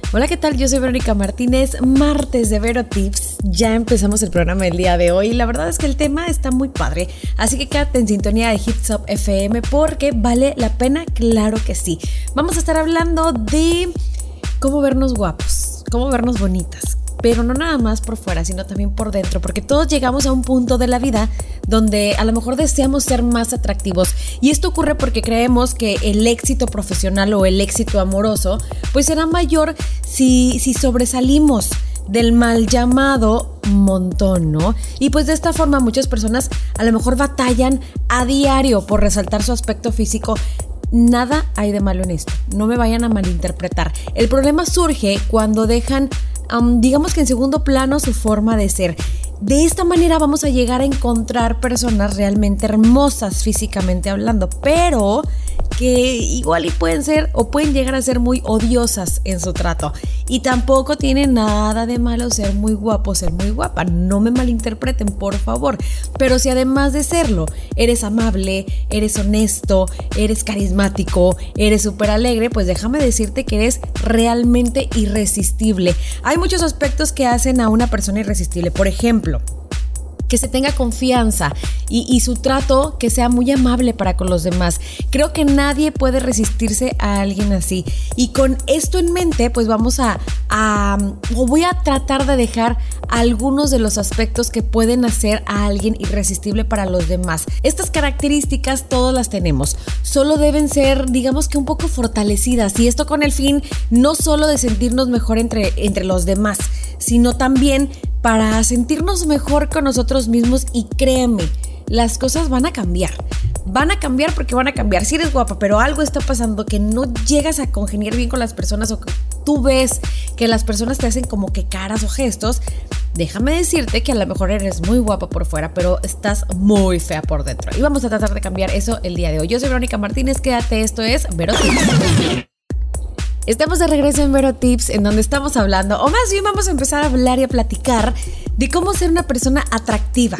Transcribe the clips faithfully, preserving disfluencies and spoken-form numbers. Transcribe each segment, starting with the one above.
Hola, ¿qué tal? Yo soy Verónica Martínez, martes de Vero Tips. Ya empezamos el programa del día de hoy. La verdad es que el tema está muy padre, así que quédate en sintonía de Hits Up F M porque vale la pena, claro que sí. Vamos a estar hablando de cómo vernos guapos, cómo vernos bonitas, pero no nada más por fuera, sino también por dentro, porque todos llegamos a un punto de la vida donde a lo mejor deseamos ser más atractivos, y esto ocurre porque creemos que el éxito profesional o el éxito amoroso pues será mayor si, si sobresalimos del mal llamado montón, ¿no? Y pues de esta forma muchas personas a lo mejor batallan a diario por resaltar su aspecto físico. Nada hay de malo en esto, no me vayan a malinterpretar. El problema surge cuando dejan Um, digamos que en segundo plano su forma de ser. De esta manera vamos a llegar a encontrar personas realmente hermosas físicamente hablando, pero que igual y pueden ser o pueden llegar a ser muy odiosas en su trato. Y tampoco tiene nada de malo ser muy guapo, ser muy guapa. No me malinterpreten, por favor. Pero si además de serlo, eres amable, eres honesto, eres carismático, eres súper alegre, pues déjame decirte que eres realmente irresistible. Hay muchos aspectos que hacen a una persona irresistible. Por ejemplo, que se tenga confianza y, y su trato que sea muy amable para con los demás. Creo que nadie puede resistirse a alguien así. Y con esto en mente, pues vamos a, a o voy a tratar de dejar algunos de los aspectos que pueden hacer a alguien irresistible para los demás. Estas características todas las tenemos, solo deben ser, digamos que un poco fortalecidas, y esto con el fin no solo de sentirnos mejor entre, entre los demás, sino también para sentirnos mejor con nosotros mismos. Y créeme, las cosas van a cambiar. Van a cambiar porque van a cambiar. Si eres guapa, pero algo está pasando que no llegas a congeniar bien con las personas, o que tú ves que las personas te hacen como que caras o gestos, déjame decirte que a lo mejor eres muy guapa por fuera, pero estás muy fea por dentro. Y vamos a tratar de cambiar eso el día de hoy. Yo soy Verónica Martínez, quédate, esto es Vero Tips. Estamos de regreso en Vero Tips, en donde estamos hablando, o más bien vamos a empezar a hablar y a platicar de cómo ser una persona atractiva,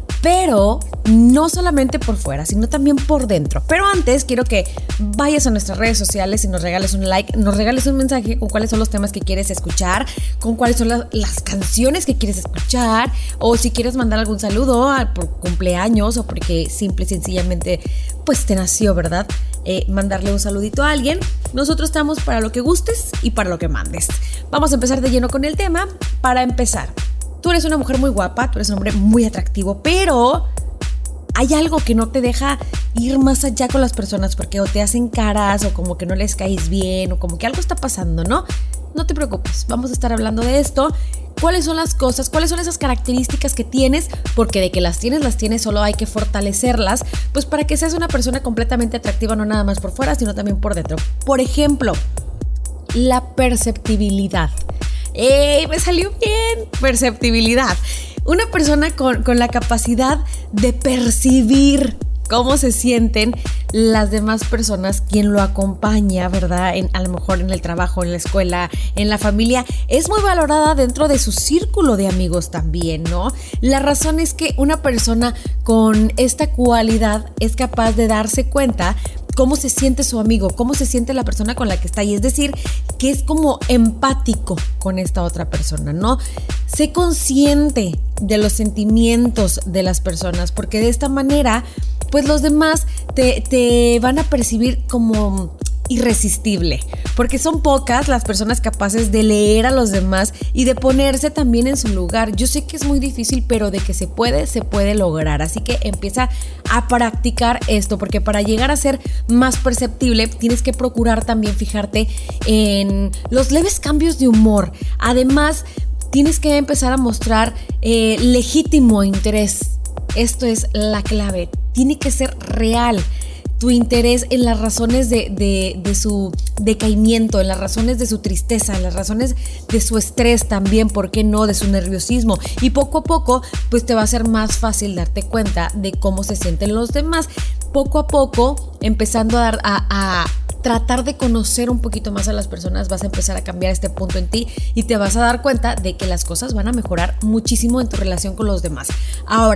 pero no solamente por fuera, sino también por dentro. Pero antes quiero que vayas a nuestras redes sociales y nos regales un like, nos regales un mensaje con cuáles son los temas que quieres escuchar, con cuáles son las, las canciones que quieres escuchar, o si quieres mandar algún saludo a, por cumpleaños, o porque simple y sencillamente pues te nació, ¿verdad? Eh, mandarle un saludito a alguien. Nosotros estamos para lo que gustes y para lo que mandes. Vamos a empezar de lleno con el tema. Para empezar, tú eres una mujer muy guapa, tú eres un hombre muy atractivo, pero hay algo que no te deja ir más allá con las personas, porque o te hacen caras, o como que no les caes bien, o como que algo está pasando, ¿no? No te preocupes, vamos a estar hablando de esto. ¿Cuáles son las cosas? ¿Cuáles son esas características que tienes? Porque de que las tienes, las tienes, solo hay que fortalecerlas, pues para que seas una persona completamente atractiva, no nada más por fuera, sino también por dentro. Por ejemplo, la perceptibilidad. ¡Ey! Me salió bien. Perceptibilidad. Una persona con, con la capacidad de percibir cómo se sienten las demás personas, quien lo acompaña, ¿verdad? En, a lo mejor en el trabajo, en la escuela, en la familia, es muy valorada dentro de su círculo de amigos también, ¿no? La razón es que una persona con esta cualidad es capaz de darse cuenta cómo se siente su amigo, cómo se siente la persona con la que está, y es decir, que es como empático con esta otra persona, ¿no? Sé consciente de los sentimientos de las personas, porque de esta manera pues los demás te, te van a percibir como irresistible, porque son pocas las personas capaces de leer a los demás y de ponerse también en su lugar. Yo sé que es muy difícil, pero de que se puede, se puede lograr. Así que empieza a practicar esto, porque para llegar a ser más perceptible tienes que procurar también fijarte en los leves cambios de humor. Además, tienes que empezar a mostrar eh, legítimo interés. Esto es la clave. Tiene que ser real tu interés en las razones de, de, de su decaimiento, en las razones de su tristeza, en las razones de su estrés también, ¿por qué no? De su nerviosismo. Y poco a poco, pues te va a ser más fácil darte cuenta de cómo se sienten los demás. Poco a poco, empezando a, dar, a, a tratar de conocer un poquito más a las personas, vas a empezar a cambiar este punto en ti y te vas a dar cuenta de que las cosas van a mejorar muchísimo en tu relación con los demás. Ahora,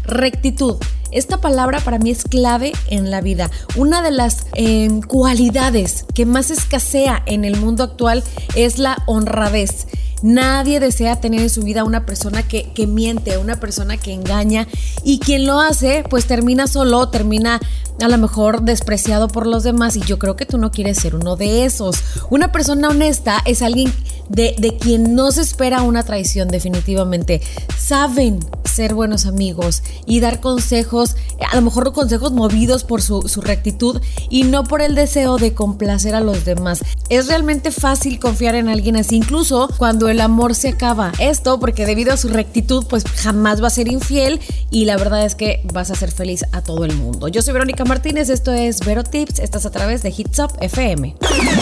Rectitud. Esta palabra para mí es clave en la vida. Una de las eh, cualidades que más escasea en el mundo actual es la honradez. Nadie desea tener en su vida una persona que, que miente, una persona que engaña, y quien lo hace pues termina solo, termina a lo mejor despreciado por los demás, y yo creo que tú no quieres ser uno de esos. Una persona honesta es alguien de, de quien no se espera una traición definitivamente. Saben ser buenos amigos y dar consejos, a lo mejor consejos movidos por su, su rectitud y no por el deseo de complacer a los demás. Es realmente fácil confiar en alguien así, incluso cuando el amor se acaba. Esto porque debido a su rectitud pues jamás va a ser infiel, y la verdad es que vas a hacer feliz a todo el mundo. Yo soy Verónica Martínez, esto es Vero Tips, estás a través de Hits Up F M.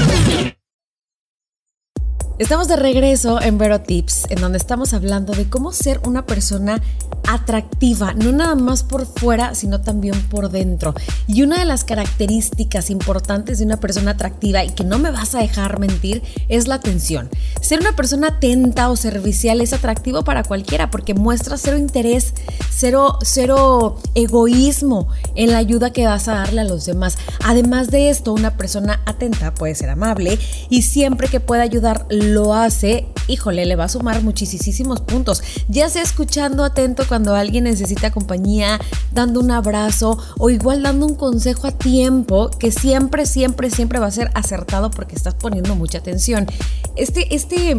Estamos de regreso en Vero Tips, en donde estamos hablando de cómo ser una persona atractiva, no nada más por fuera, sino también por dentro. Y una de las características importantes de una persona atractiva, y que no me vas a dejar mentir, es la atención. Ser una persona atenta o servicial es atractivo para cualquiera, porque muestra cero interés, cero, cero egoísmo en la ayuda que vas a darle a los demás. Además de esto, una persona atenta puede ser amable, y siempre que pueda ayudar lo hace. Híjole, le va a sumar muchísimos puntos, ya sea escuchando atento cuando alguien necesita compañía, dando un abrazo o igual dando un consejo a tiempo, que siempre, siempre, siempre va a ser acertado porque estás poniendo mucha atención. Este, este,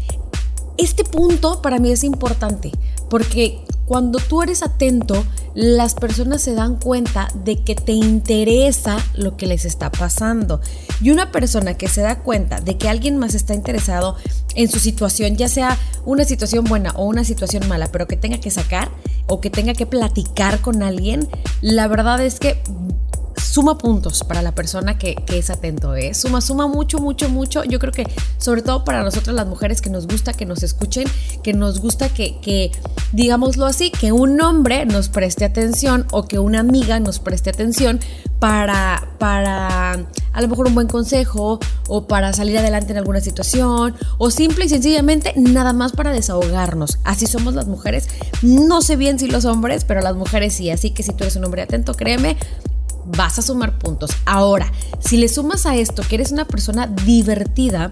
este punto para mí es importante, porque cuando tú eres atento, las personas se dan cuenta de que te interesa lo que les está pasando. Y una persona que se da cuenta de que alguien más está interesado en su situación, ya sea una situación buena o una situación mala, pero que tenga que sacar o que tenga que platicar con alguien, la verdad es que suma puntos para la persona que, que es atento, ¿eh? Suma, suma mucho, mucho, mucho. Yo creo que sobre todo para nosotras las mujeres, que nos gusta que nos escuchen, que nos gusta que, que digámoslo así, que un hombre nos preste atención o que una amiga nos preste atención para, para a lo mejor un buen consejo o para salir adelante en alguna situación, o simple y sencillamente nada más para desahogarnos. Así somos las mujeres. No sé bien si los hombres, pero las mujeres sí. Así que si tú eres un hombre atento, créeme, vas a sumar puntos. Ahora, si le sumas a esto que eres una persona divertida,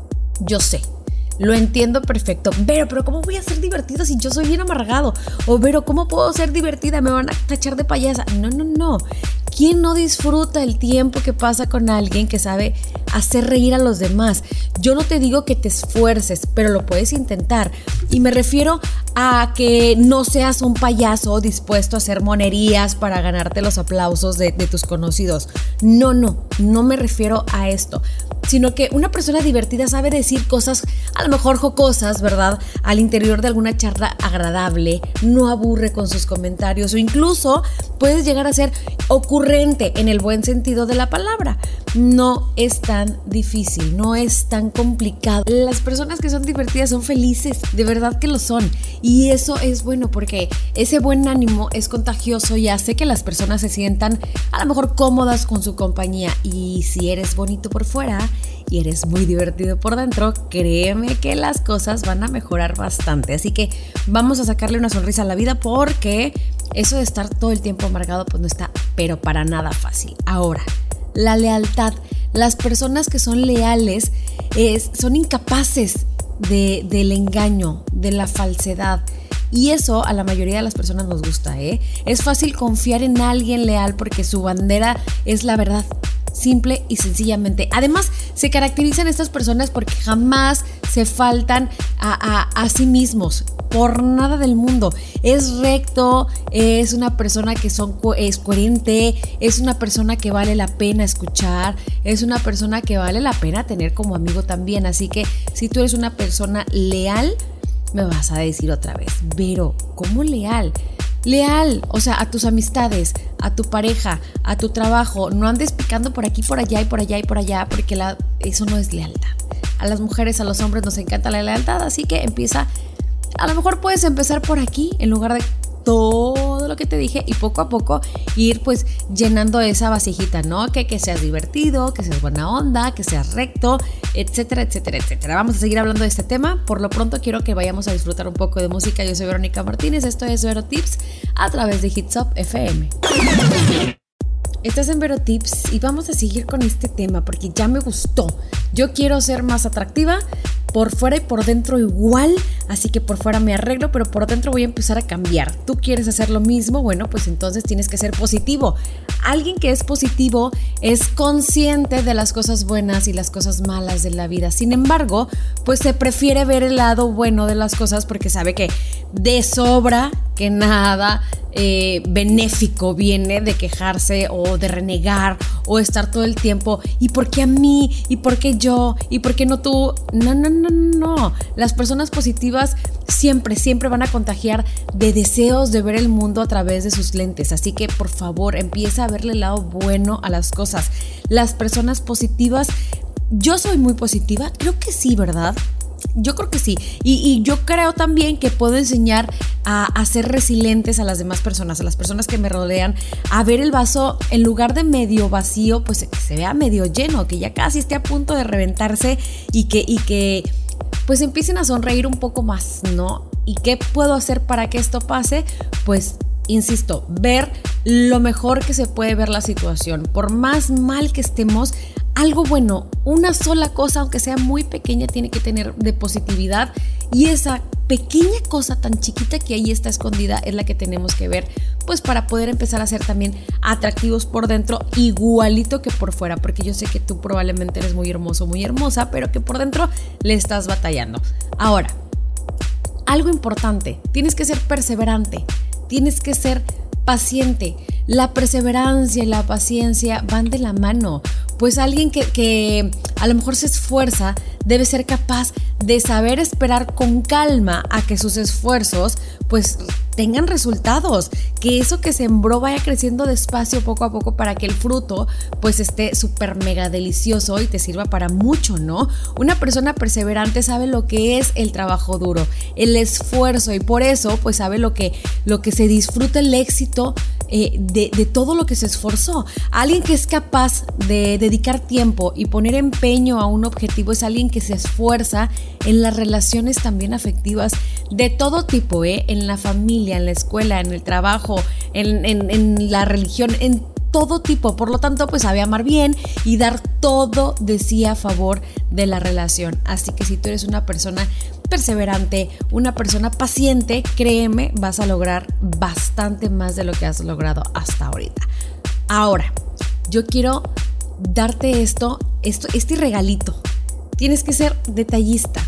yo sé, lo entiendo perfecto. Pero, pero ¿cómo voy a ser divertida si yo soy bien amargado? O, pero ¿cómo puedo ser divertida? Me van a tachar de payasa. No, no, no. ¿Quién no disfruta el tiempo que pasa con alguien que sabe hacer reír a los demás? Yo no te digo que te esfuerces, pero lo puedes intentar. Y me refiero a que no seas un payaso dispuesto a hacer monerías para ganarte los aplausos de, de tus conocidos. No, no, no me refiero a esto. Sino que una persona divertida sabe decir cosas a lo mejor jocosas, ¿verdad? Al interior de alguna charla agradable, no aburre con sus comentarios, o incluso puedes llegar a ser ocurrente en el buen sentido de la palabra. No es tan difícil, no es tan complicado. Las personas que son divertidas son felices, de verdad que lo son. Y eso es bueno porque ese buen ánimo es contagioso y hace que las personas se sientan a lo mejor cómodas con su compañía. Y si eres bonito por fuera y eres muy divertido por dentro, créeme que las cosas van a mejorar bastante. Así que vamos a sacarle una sonrisa a la vida, porque eso de estar todo el tiempo amargado pues no está pero para nada fácil. Ahora, la lealtad. Las personas que son leales es, son incapaces de, del engaño, de la falsedad. Y eso a la mayoría de las personas nos gusta, ¿eh? Es fácil confiar en alguien leal porque su bandera es la verdad. Simple y sencillamente. Además, se caracterizan estas personas porque jamás se faltan a, a, a sí mismos, por nada del mundo. Es recto, es una persona que son, es coherente, es una persona que vale la pena escuchar, es una persona que vale la pena tener como amigo también. Así que si tú eres una persona leal, me vas a decir otra vez, pero ¿cómo leal? Leal, o sea, a tus amistades, a tu pareja, a tu trabajo. No andes picando por aquí, por allá y por allá y por allá, porque la, eso no es lealtad. A las mujeres, a los hombres nos encanta la lealtad, así que empieza. A lo mejor puedes empezar por aquí en lugar de todos lo que te dije y poco a poco ir pues llenando esa vasijita, ¿no? Que, que seas divertido, que seas buena onda, que seas recto, etcétera, etcétera, etcétera. Vamos a seguir hablando de este tema. Por lo pronto quiero que vayamos a disfrutar un poco de música. Yo soy Verónica Martínez, esto es Vero Tips a través de Hits Up F M. Estás en Vero Tips y vamos a seguir con este tema porque ya me gustó. Yo quiero ser más atractiva por fuera y por dentro igual, así que por fuera me arreglo, pero por dentro voy a empezar a cambiar. ¿Tú quieres hacer lo mismo? Bueno, pues entonces tienes que ser positivo. Alguien que es positivo es consciente de las cosas buenas y las cosas malas de la vida. Sin embargo, pues se prefiere ver el lado bueno de las cosas porque sabe que de sobra que nada eh, benéfico viene de quejarse o de renegar o estar todo el tiempo ¿y por qué a mí? ¿Y por qué yo? ¿Y por qué no tú? No, no, no, no. Las personas positivas siempre, siempre van a contagiar de deseos de ver el mundo a través de sus lentes. Así que, por favor, empieza a verle el lado bueno a las cosas. Las personas positivas, yo soy muy positiva, creo que sí, ¿verdad? Yo creo que sí, y, y yo creo también que puedo enseñar a, a ser resilientes a las demás personas, a las personas que me rodean, a ver el vaso en lugar de medio vacío, pues que se vea medio lleno, que ya casi esté a punto de reventarse y que, y que pues empiecen a sonreír un poco más, ¿no? ¿Y qué puedo hacer para que esto pase? Pues insisto, ver lo mejor que se puede ver la situación, por más mal que estemos. Algo bueno, una sola cosa, aunque sea muy pequeña, tiene que tener de positividad y esa pequeña cosa tan chiquita que ahí está escondida es la que tenemos que ver, pues para poder empezar a ser también atractivos por dentro, igualito que por fuera, porque yo sé que tú probablemente eres muy hermoso, muy hermosa, pero que por dentro le estás batallando. Ahora, algo importante, tienes que ser perseverante, tienes que ser paciente. La perseverancia y la paciencia van de la mano. Pues alguien que, que a lo mejor se esfuerza debe ser capaz de saber esperar con calma a que sus esfuerzos pues tengan resultados, que eso que sembró vaya creciendo despacio poco a poco para que el fruto pues esté súper mega delicioso y te sirva para mucho, ¿no? Una persona perseverante sabe lo que es el trabajo duro, el esfuerzo, y por eso pues sabe lo que, lo que se disfruta el éxito eh, de, de todo lo que se esforzó. Alguien que es capaz de dedicar tiempo y poner empeño a un objetivo es alguien que se esfuerza en las relaciones también afectivas de todo tipo, ¿eh? En la familia, en la escuela, en el trabajo, en, en, en la religión, en todo tipo. Por lo tanto, pues sabe amar bien y dar todo de sí a favor de la relación. Así que si tú eres una persona perseverante, una persona paciente, créeme, vas a lograr bastante más de lo que has logrado hasta ahorita. Ahora, yo quiero darte esto, esto, este regalito. Tienes que ser detallista.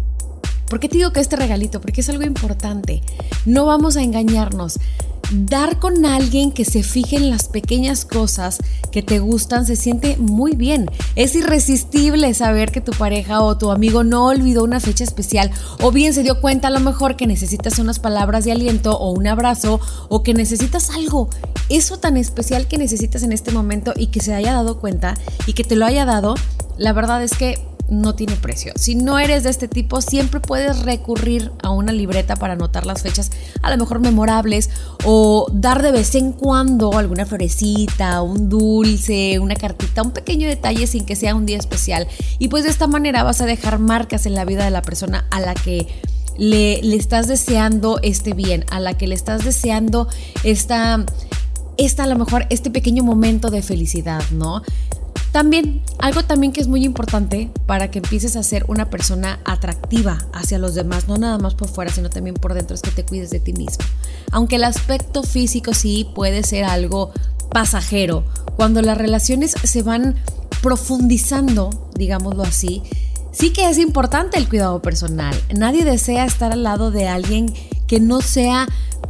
¿Por qué te digo que este regalito? Porque es algo importante. No vamos a engañarnos. Dar con alguien que se fije en las pequeñas cosas que te gustan se siente muy bien. Es irresistible saber que tu pareja o tu amigo no olvidó una fecha especial, o bien se dio cuenta a lo mejor que necesitas unas palabras de aliento o un abrazo, o que necesitas algo, eso tan especial que necesitas en este momento, y que se haya dado cuenta y que te lo haya dado. La verdad es que no tiene precio. Si no eres de este tipo, siempre puedes recurrir a una libreta para anotar las fechas a lo mejor memorables, o dar de vez en cuando alguna florecita, un dulce, una cartita, un pequeño detalle sin que sea un día especial. Y pues de esta manera vas a dejar marcas en la vida de la persona a la que le, le estás deseando este bien, a la que le estás deseando esta, esta a lo mejor este pequeño momento de felicidad, ¿no? También, algo también que es muy importante para que empieces a ser una persona atractiva hacia los demás, no nada más por fuera, sino también por dentro, es que te cuides de ti mismo. Aunque el aspecto físico sí puede ser algo pasajero, cuando las relaciones se van profundizando, digámoslo así, sí que es importante el cuidado personal. Nadie desea estar al lado de alguien que no sea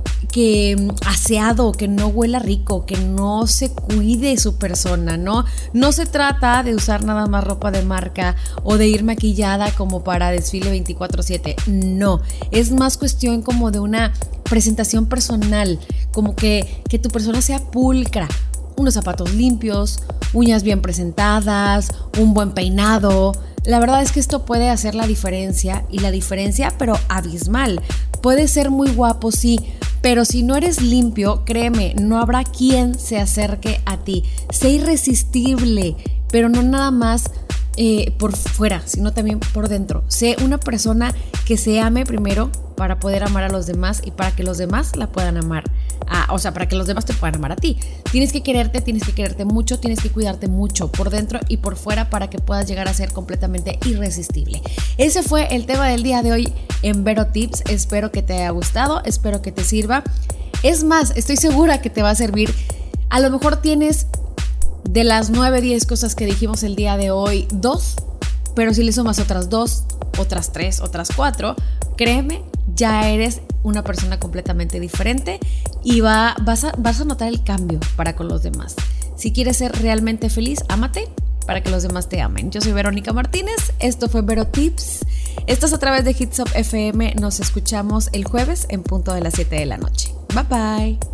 que aseado, que no huela rico, que no se cuide su persona, ¿no? No se trata de usar nada más ropa de marca o de ir maquillada como para desfile veinticuatro siete, no. Es más cuestión como de una presentación personal, como que, que tu persona sea pulcra. Unos zapatos limpios, uñas bien presentadas, un buen peinado. La verdad es que esto puede hacer la diferencia, y la diferencia, pero abismal. Puede ser muy guapo, sí, Pero si no eres limpio, créeme, no habrá quien se acerque a ti. Sé irresistible, pero no nada más eh, por fuera, sino también por dentro. Sé una persona que se ame primero para poder amar a los demás y para que los demás la puedan amar. Ah, o sea, para que los demás te puedan amar a ti. Tienes que quererte, tienes que quererte mucho, tienes que cuidarte mucho por dentro y por fuera para que puedas llegar a ser completamente irresistible. Ese fue el tema del día de hoy en Vero Tips. Espero que te haya gustado, espero que te sirva. Es más, estoy segura que te va a servir. A lo mejor tienes de las nueve, diez cosas que dijimos el día de hoy, dos, pero si le sumas otras dos, otras tres, otras cuatro, créeme, ya eres una persona completamente diferente y va, vas, a, vas a notar el cambio para con los demás. Si quieres ser realmente feliz, ámate para que los demás te amen. Yo soy Verónica Martínez, esto fue Vero Tips. Estás a través de Hits Up F M, nos escuchamos el jueves en punto de las siete de la noche. Bye bye.